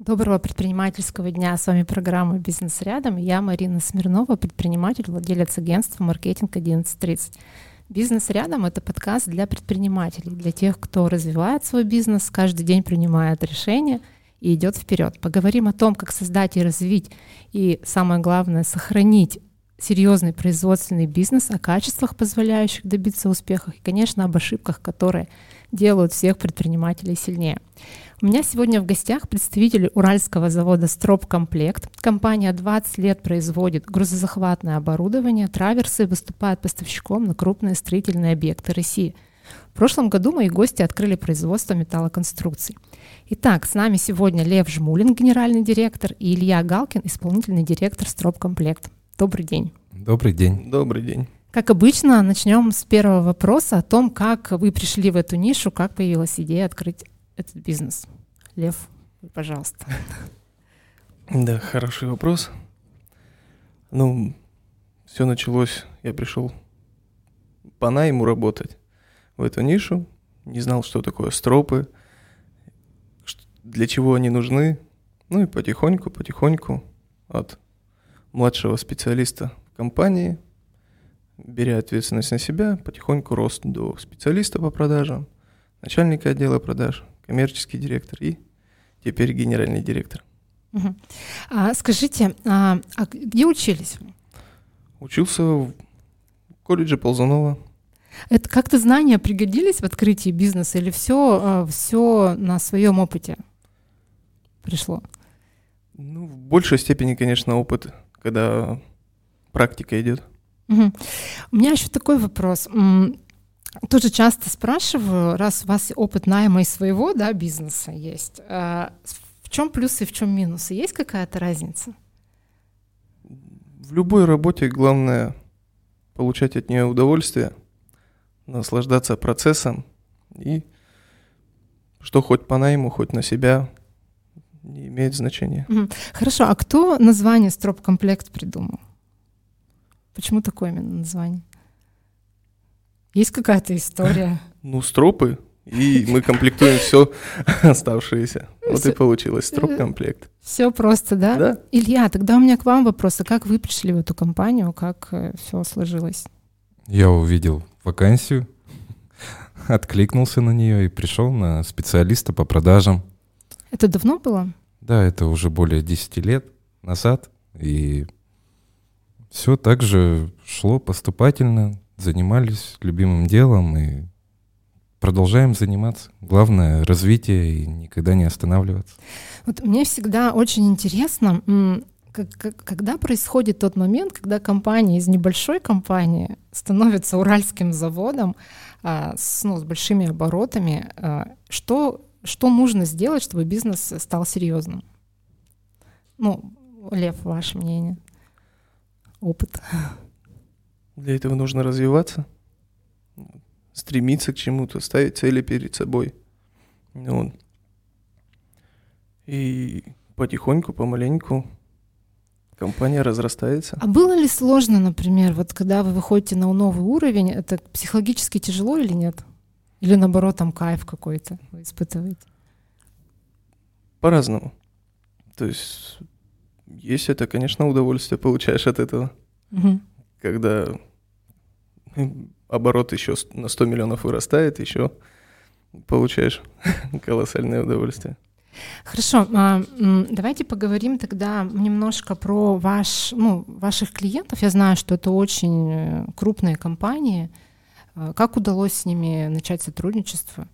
Доброго предпринимательского дня. С вами программа «Бизнес рядом». Я Марина Смирнова, предприниматель, владелец агентства «Маркетинг 1130». «Бизнес рядом» — это подкаст для предпринимателей, для тех, кто развивает свой бизнес, каждый день принимает решения и идет вперед. Поговорим о том, как создать и развить, и самое главное, сохранить серьезный производственный бизнес, о качествах, позволяющих добиться успеха, и, конечно, об ошибках, которые делают всех предпринимателей сильнее. У меня сегодня в гостях представители уральского завода «Стропкомплект». Компания 20 лет производит грузозахватное оборудование, траверсы, выступает поставщиком на крупные строительные объекты России. В прошлом году мои гости открыли производство металлоконструкций. Итак, с нами сегодня Лев Жмулин, генеральный директор, и Илья Галкин, исполнительный директор «Стропкомплект». Добрый день. Добрый день. Добрый день. Как обычно, начнем с первого вопроса о том, как вы пришли в эту нишу, как появилась идея открыть этот бизнес. Лев, пожалуйста. Да, хороший вопрос. Все началось, я пришел по найму работать в эту нишу, не знал, что такое стропы, для чего они нужны. И потихоньку от младшего специалиста в компании, беря ответственность на себя, потихоньку рос до специалиста по продажам, начальника отдела продаж, коммерческий директор и теперь генеральный директор. Угу. Скажите, где учились вы? Учился в колледже Ползунова. Это как-то знания пригодились в открытии бизнеса или все на своем опыте пришло? В большей степени, конечно, опыт, когда практика идет. Угу. У меня еще такой вопрос. Тоже часто спрашиваю, раз у вас опыт найма и своего бизнеса есть, в чем плюсы и в чем минусы? Есть какая-то разница? В любой работе главное получать от нее удовольствие, наслаждаться процессом и что хоть по найму, хоть на себя, не имеет значения. Хорошо, а кто название «Стропкомплект» придумал? Почему такое именно название? Есть какая-то история? Стропы, и мы комплектуем все оставшееся. Вот и получилось стропкомплект. Все просто, да? Да. Илья, тогда у меня к вам вопрос. А как вы пришли в эту компанию? Как все сложилось? Я увидел вакансию, откликнулся на нее и пришел на специалиста по продажам. Это давно было? Да, это уже более 10 лет назад. И все так же шло поступательно. Занимались любимым делом и продолжаем заниматься. Главное — развитие и никогда не останавливаться. Вот мне всегда очень интересно, когда происходит тот момент, когда компания из небольшой компании становится уральским заводом с большими оборотами. Что нужно сделать, чтобы бизнес стал серьезным? Лев, ваше мнение, опыт. Для этого нужно развиваться, стремиться к чему-то, ставить цели перед собой. И потихоньку, помаленьку компания разрастается. А было ли сложно, например, когда вы выходите на новый уровень, это психологически тяжело или нет? Или наоборот, там кайф какой-то вы испытываете? По-разному. То есть это, конечно, удовольствие получаешь от этого. Угу. Когда оборот еще на 100 миллионов вырастает, еще получаешь колоссальное удовольствие. Хорошо, давайте поговорим тогда немножко про ваших клиентов. Я знаю, что это очень крупные компании. Как удалось с ними начать сотрудничество?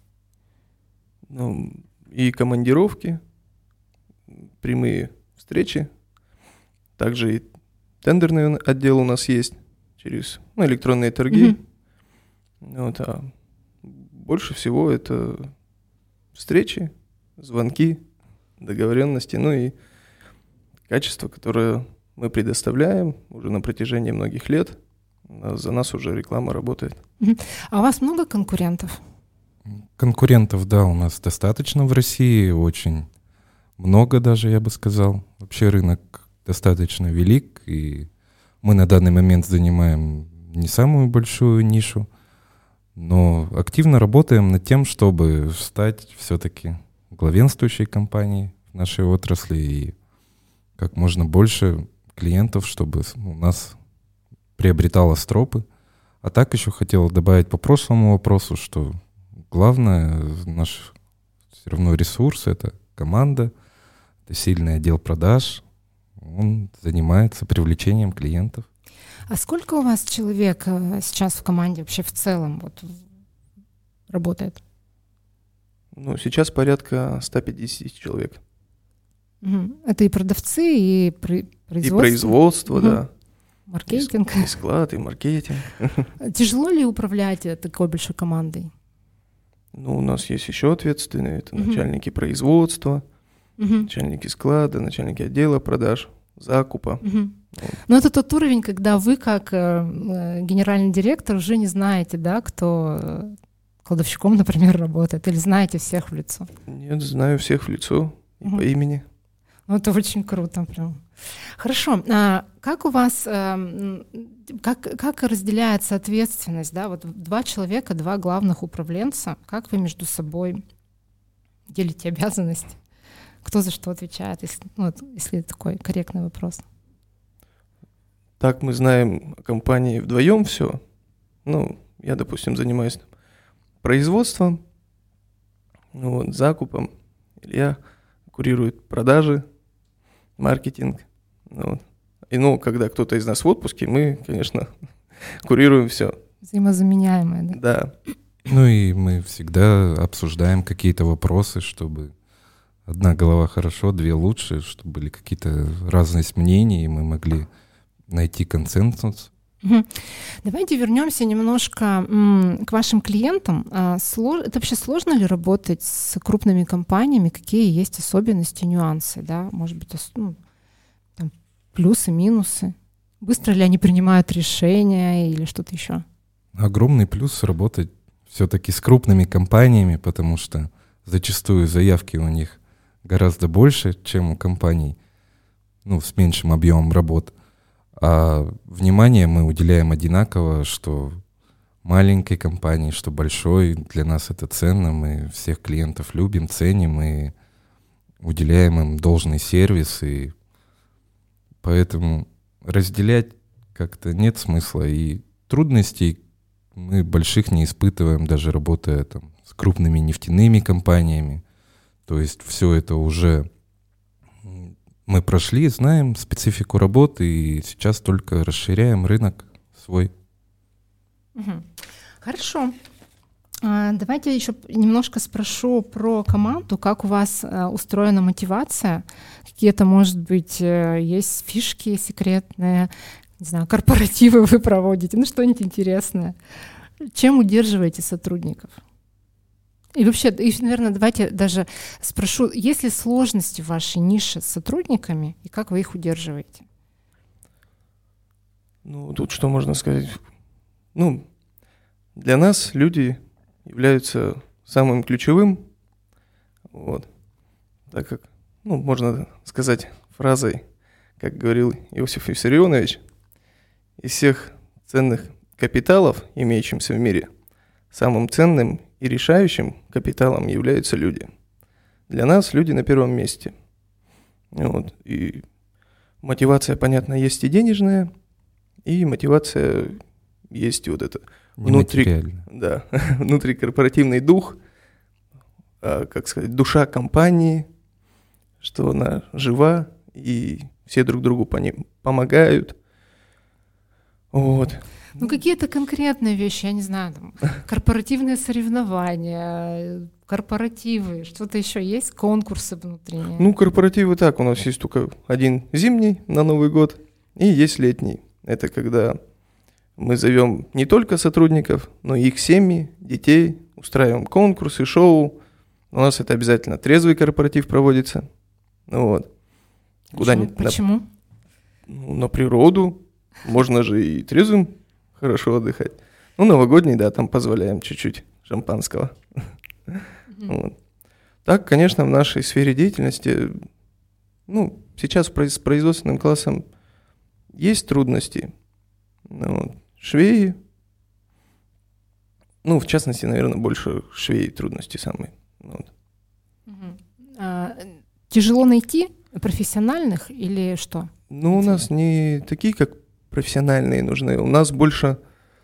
И командировки, прямые встречи, также и тендерный отдел у нас есть через электронные торги. А больше всего это встречи, звонки, договоренности, и качество, которое мы предоставляем уже на протяжении многих лет. За нас уже реклама работает. А у вас много конкурентов? Конкурентов, да, у нас достаточно в России, очень много даже, я бы сказал. Вообще рынок достаточно велик, и мы на данный момент занимаем не самую большую нишу, но активно работаем над тем, чтобы стать все-таки главенствующей компанией в нашей отрасли и как можно больше клиентов, чтобы у нас приобретало стропы. А так еще хотел добавить по прошлому вопросу, что главное, наш все равно ресурс — это команда, это сильный отдел продаж, он занимается привлечением клиентов. А сколько у вас человек сейчас в команде вообще в целом вот работает? Ну, сейчас порядка 150 человек. Это и продавцы, и производство? И производство, да. Маркетинг. И склад, и маркетинг. Тяжело ли управлять такой большой командой? Ну, у нас есть еще ответственные. Это начальники производства, начальники склада, начальники отдела продаж, закупа. Но это тот уровень, когда вы, как генеральный директор, уже не знаете, да, кто кладовщиком, например, работает, или знаете всех в лицо? Нет, знаю всех в лицо и по имени. Ну, это очень круто прям. Хорошо. А как у вас, как разделяется ответственность, да? Вот 2 человека, 2 главных управленца. Как вы между собой делите обязанности? Кто за что отвечает, если такой корректный вопрос? Так мы знаем о компании вдвоем все. Ну, я, допустим, занимаюсь производством, закупом. Илья курирует продажи, маркетинг. И когда кто-то из нас в отпуске, мы, конечно, курируем все. Взаимозаменяемые, да? Да. Ну и мы всегда обсуждаем какие-то вопросы, чтобы одна голова хорошо, 2 лучше, чтобы были какие-то разность мнений, и мы могли найти консенсус. Давайте вернемся немножко к вашим клиентам. Это вообще сложно ли работать с крупными компаниями? Какие есть особенности, нюансы? Да? Может быть, там, плюсы, минусы? Быстро ли они принимают решения или что-то еще? Огромный плюс работать все-таки с крупными компаниями, потому что зачастую заявки у них гораздо больше, чем у компаний, с меньшим объемом работ. А внимание мы уделяем одинаково, что маленькой компании, что большой. Для нас это ценно. Мы всех клиентов любим, ценим и уделяем им должный сервис. И поэтому разделять как-то нет смысла. И трудностей мы больших не испытываем, даже работая там с крупными нефтяными компаниями. То есть все это уже мы прошли, знаем специфику работы и сейчас только расширяем рынок свой. Хорошо. Давайте еще немножко спрошу про команду, как у вас устроена мотивация, какие-то, может быть, есть фишки секретные, не знаю, корпоративы вы проводите, что-нибудь интересное. Чем удерживаете сотрудников? И вообще, наверное, давайте даже спрошу, есть ли сложности в вашей нише с сотрудниками, и как вы их удерживаете? Тут что можно сказать? Для нас люди являются самым ключевым, так как, можно сказать фразой, как говорил Иосиф Виссарионович, из всех ценных капиталов, имеющихся в мире, самым ценным и решающим капиталом являются люди. Для нас люди на первом месте. И мотивация, понятно, есть и денежная, и мотивация есть внутрикорпоративный дух, душа компании, что она жива, и все друг другу помогают. Какие-то конкретные вещи, я не знаю, там, корпоративные соревнования, корпоративы, что-то еще есть, конкурсы внутренние? Корпоративы так, у нас есть только один зимний на Новый год, и есть летний. Это когда мы зовем не только сотрудников, но и их семьи, детей, устраиваем конкурсы, шоу. У нас это обязательно трезвый корпоратив проводится. Почему? На природу. Можно же и трезвым хорошо отдыхать. Новогодний, да, там позволяем чуть-чуть шампанского. Так, конечно, в нашей сфере деятельности, сейчас с производственным классом есть трудности. Швеи, в частности, наверное, больше швеи трудности самые. тяжело найти профессиональных или что? Ну, у нас не такие, как профессиональные нужны. У нас больше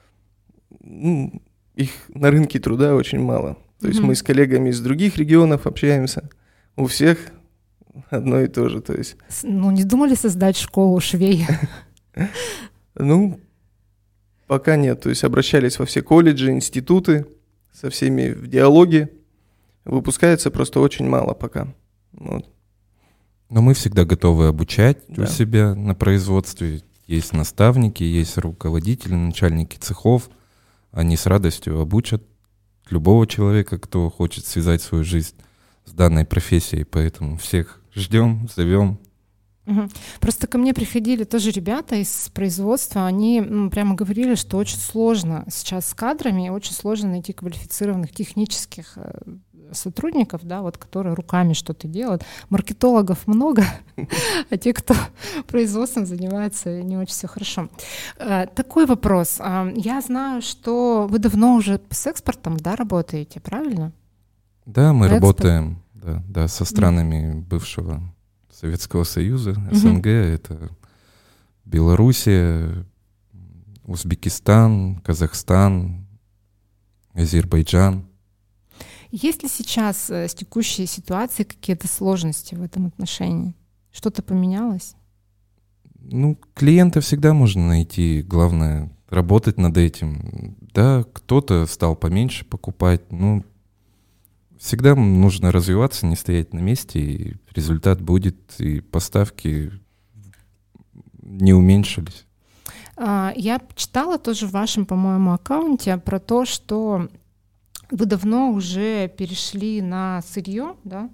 их на рынке труда очень мало. То есть мы с коллегами из других регионов общаемся. У всех одно и то же. То есть... Ну, не думали создать школу швей? Ну, пока нет. То есть обращались во все колледжи, институты, со всеми в диалоге. Выпускается просто очень мало пока. Вот. Но мы всегда готовы обучать у себя на производстве. Есть наставники, есть руководители, начальники цехов. Они с радостью обучат любого человека, кто хочет связать свою жизнь с данной профессией. Поэтому всех ждем, зовем. Просто ко мне приходили тоже ребята из производства, они прямо говорили, что очень сложно сейчас с кадрами, очень сложно найти квалифицированных технических сотрудников, да, вот, которые руками что-то делают. Маркетологов много, а те, кто производством занимается, не очень все хорошо. Такой вопрос. Я знаю, что вы давно уже с экспортом, да, работаете, правильно? Да, мы работаем со странами бывшего Советского Союза, СНГ, это Белоруссия, Узбекистан, Казахстан, Азербайджан. Есть ли сейчас с текущей ситуацией какие-то сложности в этом отношении? Что-то поменялось? Ну, клиента всегда можно найти, главное работать над этим. Да, кто-то стал поменьше покупать, ну, всегда нужно развиваться, не стоять на месте, и результат будет, и поставки не уменьшились. Я читала тоже в вашем, по-моему, аккаунте про то, что вы давно уже перешли на сырье, да?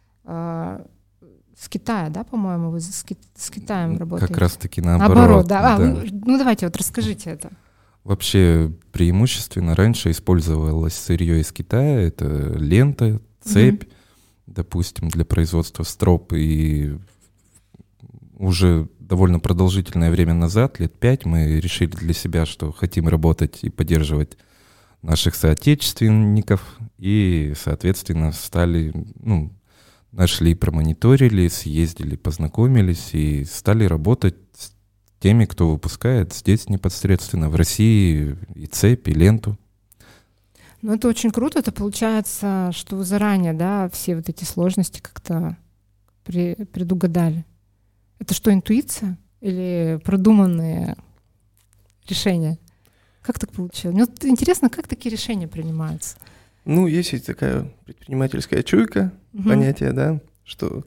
С Китая, да, по-моему, вы с Китаем работаете? Как раз-таки наоборот. Да. Ну давайте вот расскажите это. Вообще преимущественно раньше использовалось сырье из Китая, это лента, цепь, допустим, для производства строп, и уже довольно продолжительное время назад, лет 5, мы решили для себя, что хотим работать и поддерживать наших соотечественников, и, соответственно, нашли, промониторили, съездили, познакомились и стали работать с теми, кто выпускает здесь непосредственно, в России, и цепь, и ленту. Ну, это очень круто. Это получается, что вы заранее, да, все вот эти сложности как-то предугадали. Это что, интуиция или продуманные решения? Как так получилось? Мне вот интересно, как такие решения принимаются? Ну, есть и такая предпринимательская чуйка, понятие, да, что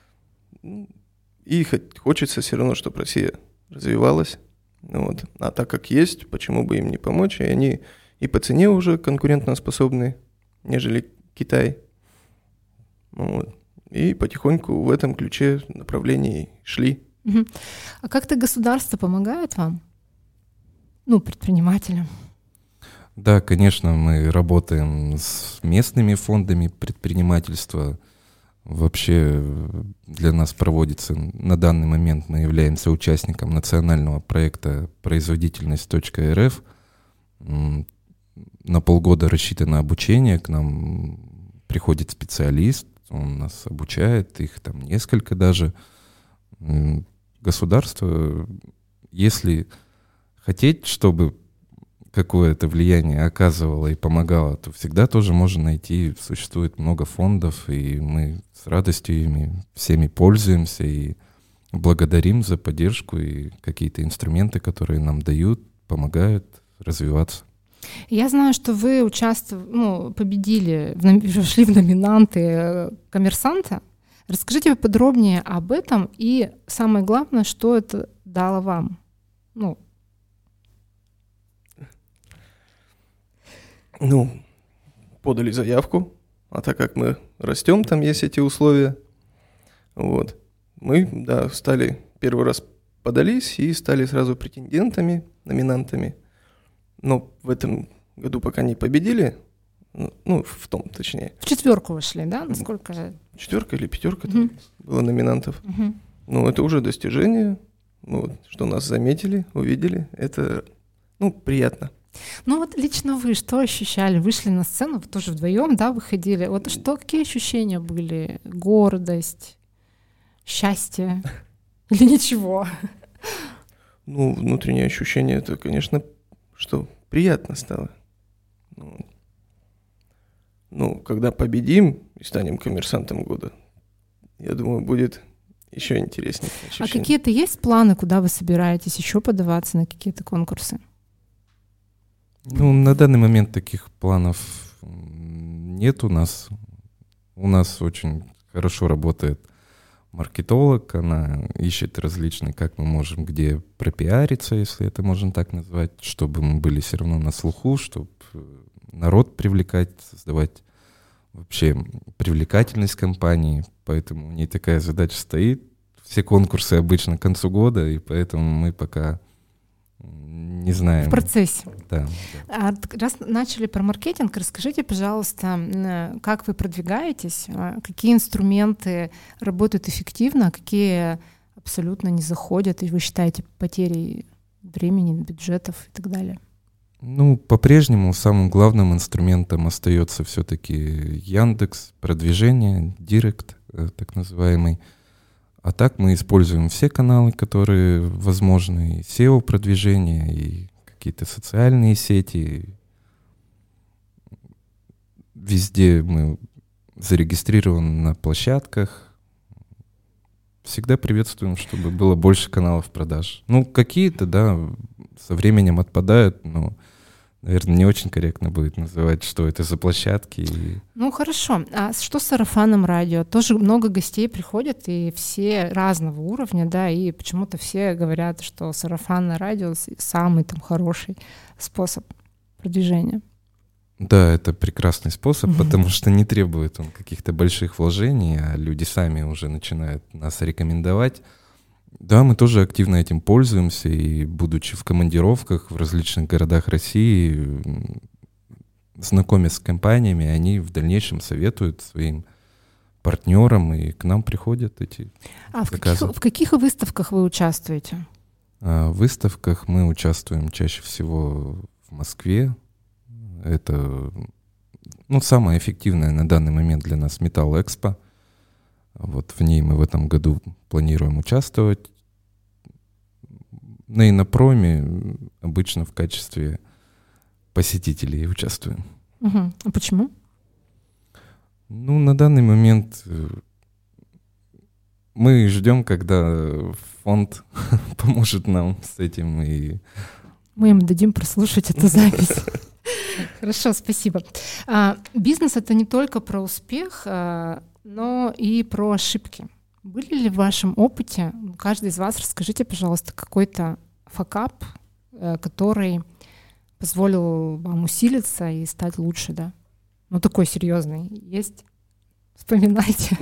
и хочется все равно, чтобы Россия развивалась. Вот. А так как есть, почему бы им не помочь? И они и по цене уже конкурентоспособны, нежели Китай. Вот. И потихоньку в этом ключе направлении шли. А как-то государство помогает вам? Ну, предпринимателям? Да, конечно, мы работаем с местными фондами предпринимательства. Вообще для нас проводится, на данный момент мы являемся участником национального проекта «Производительность.рф». На полгода рассчитано обучение, к нам приходит специалист, он нас обучает, их там несколько даже. Государство, если хотеть, чтобы какое-то влияние оказывало и помогало, то всегда тоже можно найти. Существует много фондов, и мы с радостью ими всеми пользуемся и благодарим за поддержку и какие-то инструменты, которые нам дают, помогают развиваться. Я знаю, что вы победили, вошли в номинанты «Коммерсанта». Расскажите подробнее об этом и, самое главное, что это дало вам? Подали заявку, а так как мы растем, там есть эти условия. Вот. Мы, стали первый раз подались и стали сразу претендентами, номинантами. Но в этом году пока не победили, в том, точнее. В 4 вошли, да? Насколько? 4 или 5 было номинантов. Это уже достижение, что нас заметили, увидели. Это, приятно. Лично вы что ощущали? Вышли на сцену, вы тоже вдвоем, да, выходили. Какие ощущения были? Гордость? счастье или ничего? Ну, внутреннее ощущение, это, конечно, что приятно стало. Ну, когда победим и станем коммерсантом года, я думаю, будет еще интереснее ощущение. А какие-то есть планы, куда вы собираетесь еще подаваться на какие-то конкурсы? Ну, на данный момент таких планов нет у нас. У нас очень хорошо работает маркетолог, она ищет различные, как мы можем, где пропиариться, если это можно так назвать, чтобы мы были все равно на слуху, чтобы народ привлекать, создавать вообще привлекательность компании. Поэтому у ней такая задача стоит. Все конкурсы обычно к концу года, и поэтому мы пока не знаем. В процессе. Да. Раз начали про маркетинг, расскажите, пожалуйста, как вы продвигаетесь, какие инструменты работают эффективно, а какие абсолютно не заходят, и вы считаете потерей времени, бюджетов и так далее? Ну, по-прежнему самым главным инструментом остается все-таки Яндекс, продвижение, Директ, так называемый. А так мы используем все каналы, которые возможны, и SEO-продвижение, и какие-то социальные сети. Везде мы зарегистрированы на площадках. Всегда приветствуем, чтобы было больше каналов продаж. Ну, какие-то, да, со временем отпадают, но, наверное, не очень корректно будет называть, что это за площадки. Ну, хорошо. А что с сарафанным радио? Тоже много гостей приходят, и все разного уровня, да, и почему-то все говорят, что сарафанное радио самый там хороший способ продвижения. Да, это прекрасный способ, потому что не требует он каких-то больших вложений, а люди сами уже начинают нас рекомендовать. Да, мы тоже активно этим пользуемся, и будучи в командировках в различных городах России, знакомясь с компаниями, они в дальнейшем советуют своим партнерам, и к нам приходят эти заказы. В каких выставках вы участвуете? В выставках мы участвуем чаще всего в Москве. Это, ну, самая эффективная на данный момент для нас Металл Экспо. Вот в ней мы в этом году планируем участвовать. На Иннопроме обычно в качестве посетителей участвуем. Угу. А почему? Ну, на данный момент мы ждем, когда фонд поможет нам с этим. И мы им дадим прослушать эту запись. Хорошо, спасибо. Бизнес — это не только про успех, но и про ошибки. Были ли в вашем опыте, каждый из вас, расскажите, пожалуйста, какой-то факап, который позволил вам усилиться и стать лучше, да? Ну, такой серьезный. Есть? Вспоминайте.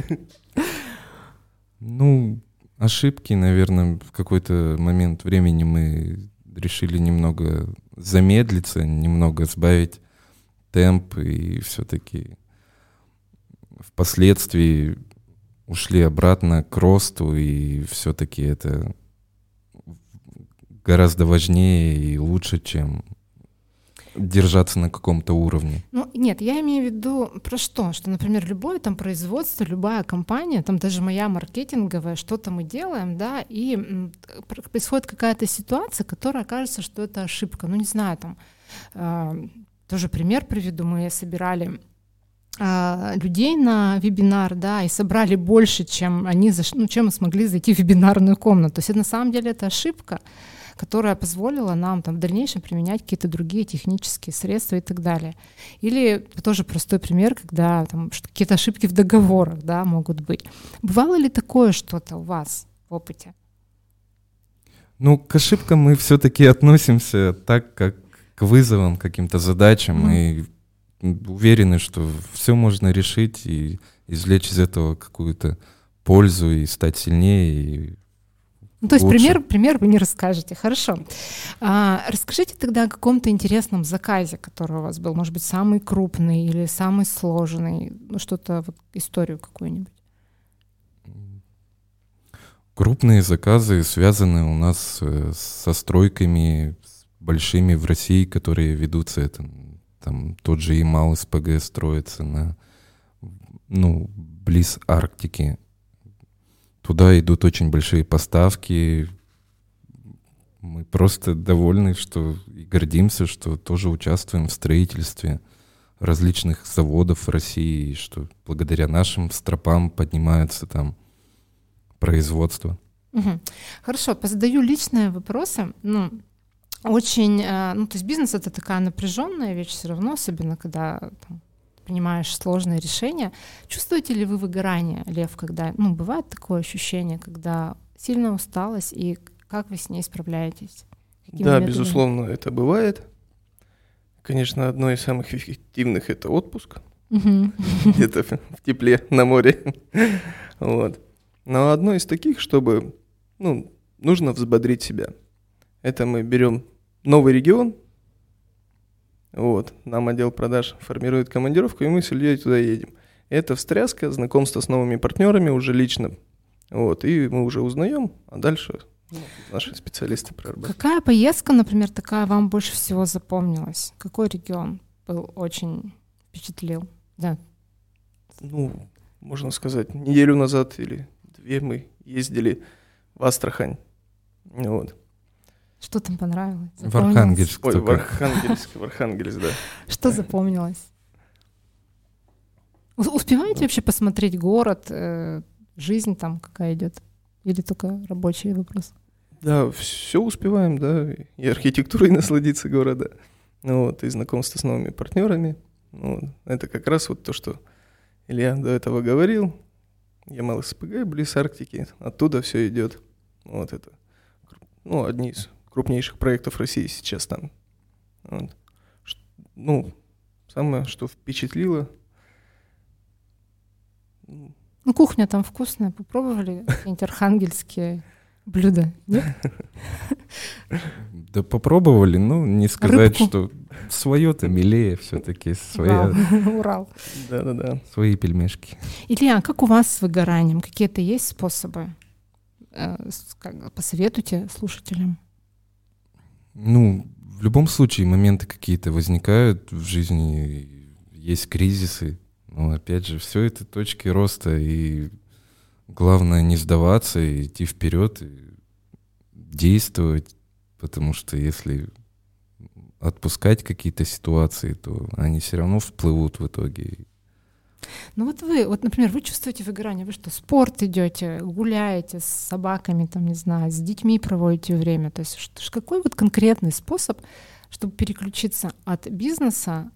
Ну, ошибки, наверное, в какой-то момент времени мы решили немного замедлиться, немного сбавить темп, и все-таки впоследствии ушли обратно к росту, и все-таки это гораздо важнее и лучше, чем держаться на каком-то уровне. Ну, нет, я имею в виду про что? Что, например, любое там производство, любая компания, там даже моя маркетинговая, что-то мы делаем, да, и происходит какая-то ситуация, которая кажется, что это ошибка. Ну, не знаю, там, тоже пример приведу. Мы собирали людей на вебинар, да, и собрали больше, чем они чем смогли зайти в вебинарную комнату. То есть это, на самом деле это ошибка, которая позволила нам там в дальнейшем применять какие-то другие технические средства и так далее. Или тоже простой пример, когда там какие-то ошибки в договорах, да, могут быть. Бывало ли такое что-то у вас в опыте? Ну, к ошибкам мы все-таки относимся так, как к вызовам, к каким-то задачам, и уверены, что все можно решить и извлечь из этого какую-то пользу и стать сильнее. И ну, то есть пример вы не расскажете. Хорошо. Расскажите тогда о каком-то интересном заказе, который у вас был. Может быть, самый крупный или самый сложный. Ну, что-то, вот, историю какую-нибудь. Крупные заказы связаны у нас со стройками большими в России, которые ведутся. Это там тот же Ямал СПГ строится близ Арктики. туда идут очень большие поставки. Мы просто довольны, что и гордимся, что тоже участвуем в строительстве различных заводов в России, и что благодаря нашим стропам поднимается там производство. Угу. Хорошо, позадаю личные вопросы. Очень, то есть бизнес — это такая напряженная вещь все равно, особенно когда там принимаешь сложные решения. Чувствуете ли вы выгорание, Лев, когда, бывает такое ощущение, когда сильная усталость, и как вы с ней справляетесь? Какими Да, методами? безусловно, это бывает. Конечно, одно из самых эффективных — это отпуск. Где-то в тепле на море. Вот. Но одно из таких, чтобы, нужно взбодрить себя. Это мы берем новый регион, нам отдел продаж формирует командировку, и мы с Ильей туда едем. Это встряска, знакомство с новыми партнерами уже лично. И мы уже узнаем, а дальше наши специалисты прорабатывают. Какая поездка, например, такая вам больше всего запомнилась? Какой регион был очень впечатлил? Да. Можно сказать, неделю назад или 2 мы ездили в Астрахань. Что там понравилось? В Архангельск. В Архангельск, да. Что запомнилось? Успеваете вообще посмотреть город, жизнь там какая идет? Или только рабочий вопрос? Да, все успеваем, да. И архитектурой насладиться города, и знакомство с новыми партнерами. Это как раз то, что Илья до этого говорил. Ямал-СПГ, близ Арктики, оттуда все идет. Это одни из крупнейших проектов России сейчас там. Самое, что впечатлило. Кухня там вкусная. Попробовали какие-нибудь архангельские блюда? Нет? Да попробовали, не сказать, что свое-то милее все-таки, своя. Урал. Да. Свои пельмешки. Илья, как у вас с выгоранием? Какие-то есть способы? Посоветуйте слушателям. В любом случае моменты какие-то возникают в жизни, есть кризисы. Но опять же, все это точки роста, и главное не сдаваться, и идти вперед, и действовать, потому что если отпускать какие-то ситуации, то они все равно всплывут в итоге. Вы, например, вы чувствуете выгорание, вы что, спорт идете, гуляете с собаками, там, не знаю, с детьми проводите время, то есть какой конкретный способ, чтобы переключиться от бизнеса,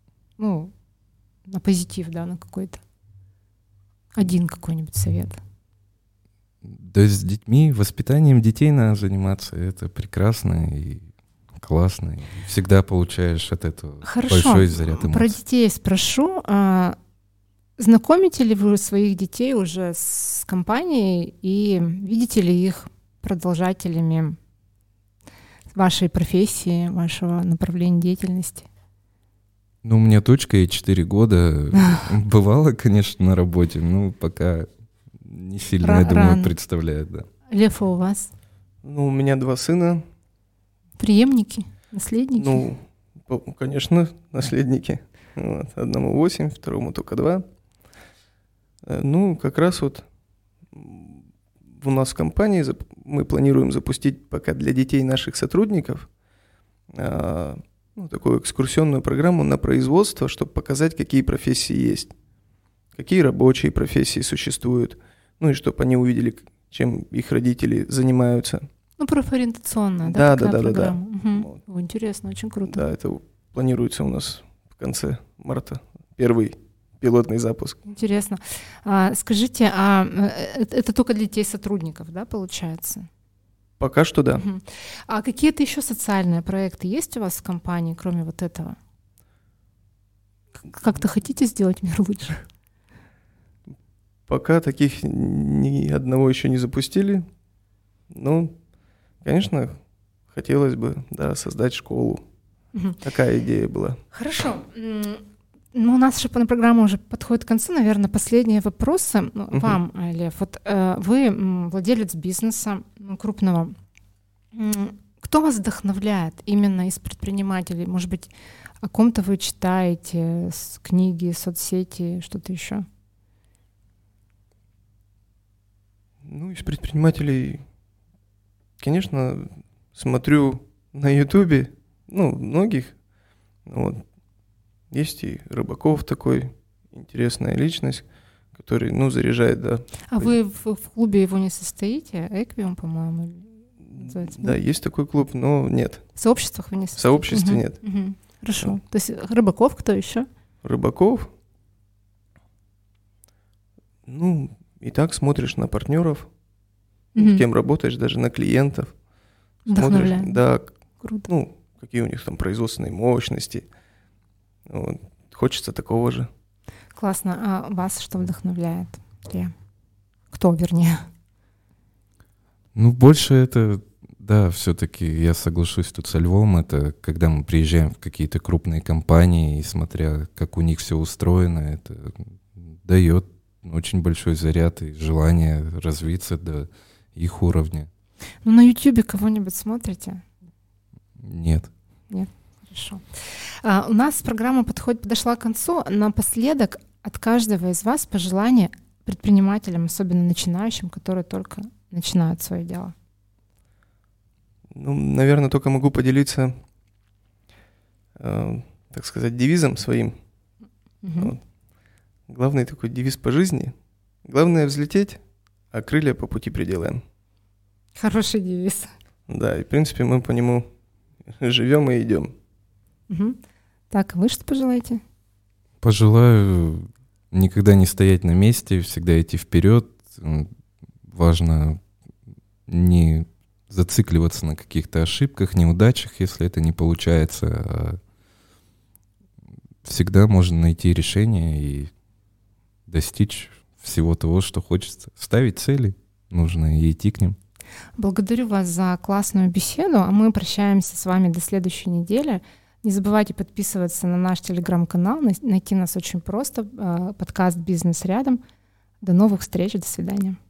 на позитив, да, на какой-то? Один какой-нибудь совет. Да, с детьми, воспитанием детей надо заниматься, это прекрасно и классно, и всегда получаешь от этого большой заряд эмоций. Про детей спрошу. Знакомите ли вы своих детей уже с компанией и видите ли их продолжателями вашей профессии, вашего направления деятельности? У меня дочка, ей 4 года. Бывало, конечно, на работе, пока не сильно, я думаю, представляет, да. Лев, а у вас? У меня 2 сына. Преемники, наследники? Конечно, наследники. Одному 8, второму только 2. Как раз у нас в компании мы планируем запустить пока для детей наших сотрудников такую экскурсионную программу на производство, чтобы показать, какие профессии есть, какие рабочие профессии существуют, и чтобы они увидели, чем их родители занимаются. Профориентационная, да, такая да, программа. Да. Угу. Интересно, очень круто. Да, это планируется у нас в конце марта, первый пилотный запуск. Интересно. Скажите, это только для детей сотрудников, да, получается? Пока что да. Угу. А какие-то еще социальные проекты есть у вас в компании, кроме этого? Как-то хотите сделать мир лучше? Пока таких ни одного еще не запустили. Конечно, хотелось бы, создать школу. Угу. Такая идея была. Хорошо. У нас же программа уже подходит к концу. Наверное, последние вопросы вам, Лев. Вы владелец бизнеса крупного. Кто вас вдохновляет именно из предпринимателей? Может быть, о ком-то вы читаете, книги, соцсети, что-то еще? Ну, из предпринимателей, конечно, смотрю на Ютубе, многих. Вот. Есть и Рыбаков такой, интересная личность, который, заряжает, да. А вы в клубе его не состоите? Эквиум, по-моему, называется? Да, есть такой клуб, но нет. В сообществах вы не состоите? В сообществе нет. Хорошо. То есть Рыбаков кто еще? Рыбаков? И так смотришь на партнеров, с кем работаешь, даже на клиентов. Вдохновляет. Смотришь, да, Круто. какие у них там производственные мощности. Вот. Хочется такого же. Классно. А вас что вдохновляет? Кто, вернее? Больше это, да, все-таки я соглашусь тут со Львом, это когда мы приезжаем в какие-то крупные компании и смотря, как у них все устроено, это дает очень большой заряд и желание развиться до их уровня. На Ютубе кого-нибудь смотрите? Нет. Хорошо. У нас программа подошла к концу. Напоследок от каждого из вас пожелание предпринимателям, особенно начинающим, которые только начинают свое дело. Наверное, только могу поделиться, так сказать, девизом своим. Вот. Главный такой девиз по жизни. Главное взлететь, а крылья по пути приделаем. Хороший девиз. Да, и в принципе мы по нему живем и идем. Так, вы что пожелаете? Пожелаю никогда не стоять на месте, всегда идти вперед. Важно не зацикливаться на каких-то ошибках, неудачах, если это не получается. А всегда можно найти решение и достичь всего того, что хочется. Ставить цели нужно и идти к ним. Благодарю вас за классную беседу, а мы прощаемся с вами до следующей недели. Не забывайте подписываться на наш телеграм-канал, найти нас очень просто, подкаст «Бизнес рядом». До новых встреч, до свидания.